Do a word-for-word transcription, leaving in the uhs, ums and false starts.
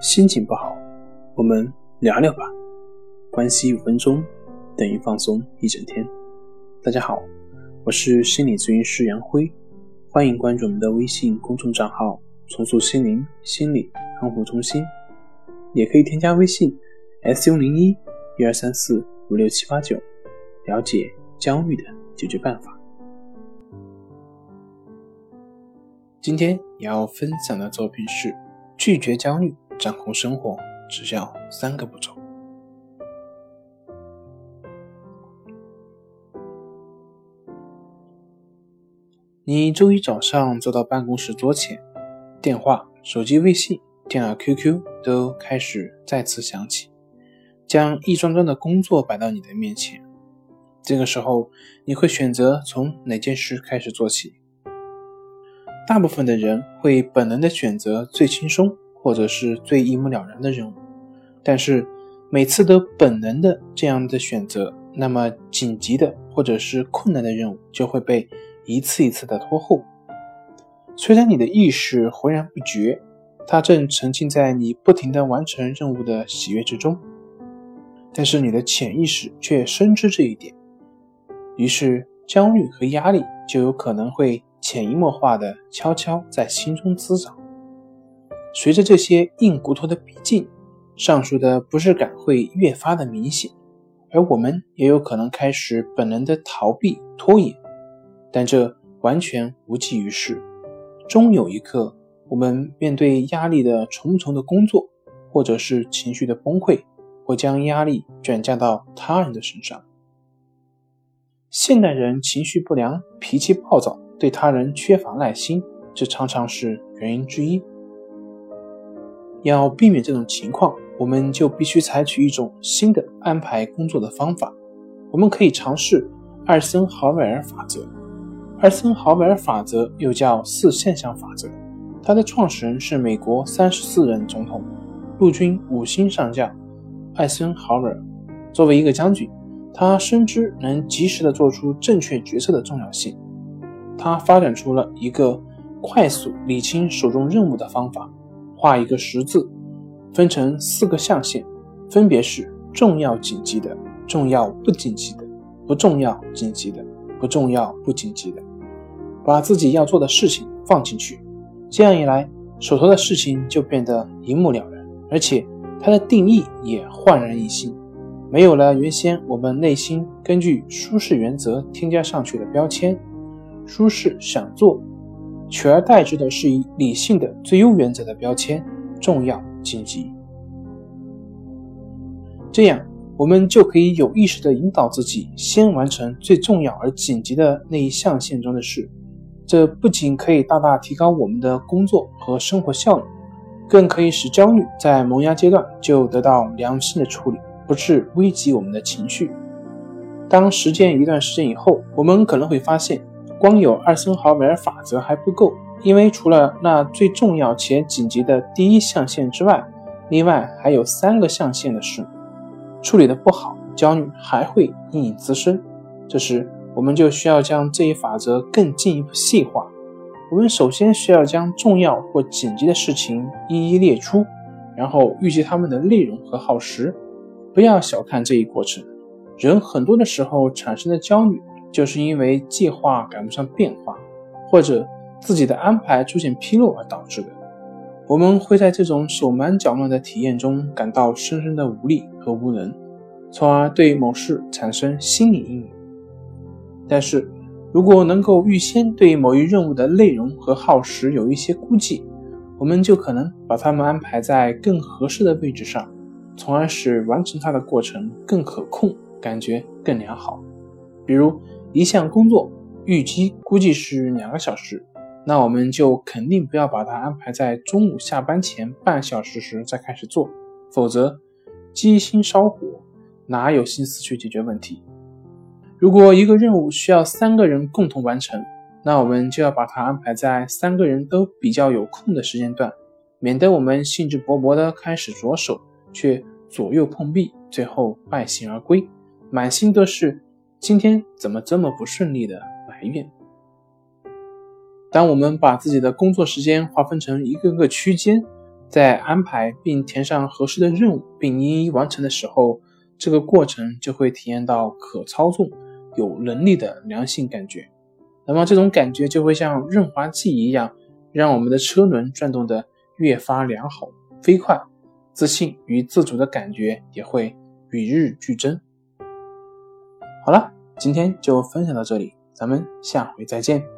心情不好，我们聊聊吧。关系五分钟等于放松一整天。大家好，我是心理咨询师杨辉，欢迎关注我们的微信公众账号重塑心灵心理康复中心，也可以添加微信 S 一零一 一二三四五六七八九，了解焦虑的解决办法。今天要分享的作品是拒绝焦虑，掌控生活只要三个步骤。你周一早上走到办公室桌前，电话、手机微信、电脑 Q Q 都开始再次响起，将一桩桩的工作摆到你的面前。这个时候，你会选择从哪件事开始做起？大部分的人会本能的选择最轻松或者是最一目了然的任务，但是每次都本能的这样的选择，那么紧急的或者是困难的任务就会被一次一次的拖后。虽然你的意识浑然不觉，它正沉浸在你不停地完成任务的喜悦之中，但是你的潜意识却深知这一点，于是焦虑和压力就有可能会潜移默化地悄悄在心中滋长。随着这些硬骨头的逼近，上述的不适感会越发的明显，而我们也有可能开始本能的逃避拖延，但这完全无济于事。终有一刻，我们面对压力的重重的工作，或者是情绪的崩溃，会将压力转嫁到他人的身上。现代人情绪不良，脾气暴躁，对他人缺乏耐心，这常常是原因之一。要避免这种情况，我们就必须采取一种新的安排工作的方法。我们可以尝试艾森豪威尔法则。艾森豪威尔法则又叫四现象法则，它的创始人是美国三十四任总统陆军五星上将艾森豪威尔。作为一个将军，他深知能及时地做出正确决策的重要性。他发展出了一个快速理清手中任务的方法，画一个十字，分成四个象限，分别是重要紧急的、重要不紧急的、不重要紧急的、不重要不紧急的，把自己要做的事情放进去。这样一来，手头的事情就变得一目了然，而且它的定义也焕然一新，没有了原先我们内心根据舒适原则添加上去的标签，舒适想做，取而代之的是以理性的最优原则的标签，重要紧急。这样我们就可以有意识地引导自己先完成最重要而紧急的那一象限中的事，这不仅可以大大提高我们的工作和生活效率，更可以使焦虑在萌芽阶段就得到良性的处理，不致危及我们的情绪。当实践一段时间以后，我们可能会发现光有艾森豪威尔法则还不够，因为除了那最重要且紧急的第一象限之外，另外还有三个象限的事处理得不好，焦虑还会隐隐滋生。这时我们就需要将这一法则更进一步细化。我们首先需要将重要或紧急的事情一一列出，然后预计它们的内容和耗时。不要小看这一过程，人很多的时候产生的焦虑就是因为计划赶不上变化，或者自己的安排出现纰漏而导致的。我们会在这种手忙脚乱的体验中感到深深的无力和无能，从而对某事产生心理阴影。但是如果能够预先对某一任务的内容和耗时有一些估计，我们就可能把它们安排在更合适的位置上，从而使完成它的过程更可控，感觉更良好。比如一项工作预期估计是两个小时，那我们就肯定不要把它安排在中午下班前半小时时再开始做，否则鸡心烧火，哪有心思去解决问题。如果一个任务需要三个人共同完成，那我们就要把它安排在三个人都比较有空的时间段，免得我们兴致勃勃地开始着手，却左右碰壁，最后败兴而归，满心都是今天怎么这么不顺利的埋怨。当我们把自己的工作时间划分成一个个区间， 在安排并填上合适的任务并一一完成的时候，这个过程就会体验到可操纵、有能力的良性感觉。那么这种感觉就会像润滑剂一样，让我们的车轮转动的越发良好飞快，自信与自主的感觉也会与日俱增。好了，今天就分享到这里，咱们下回再见。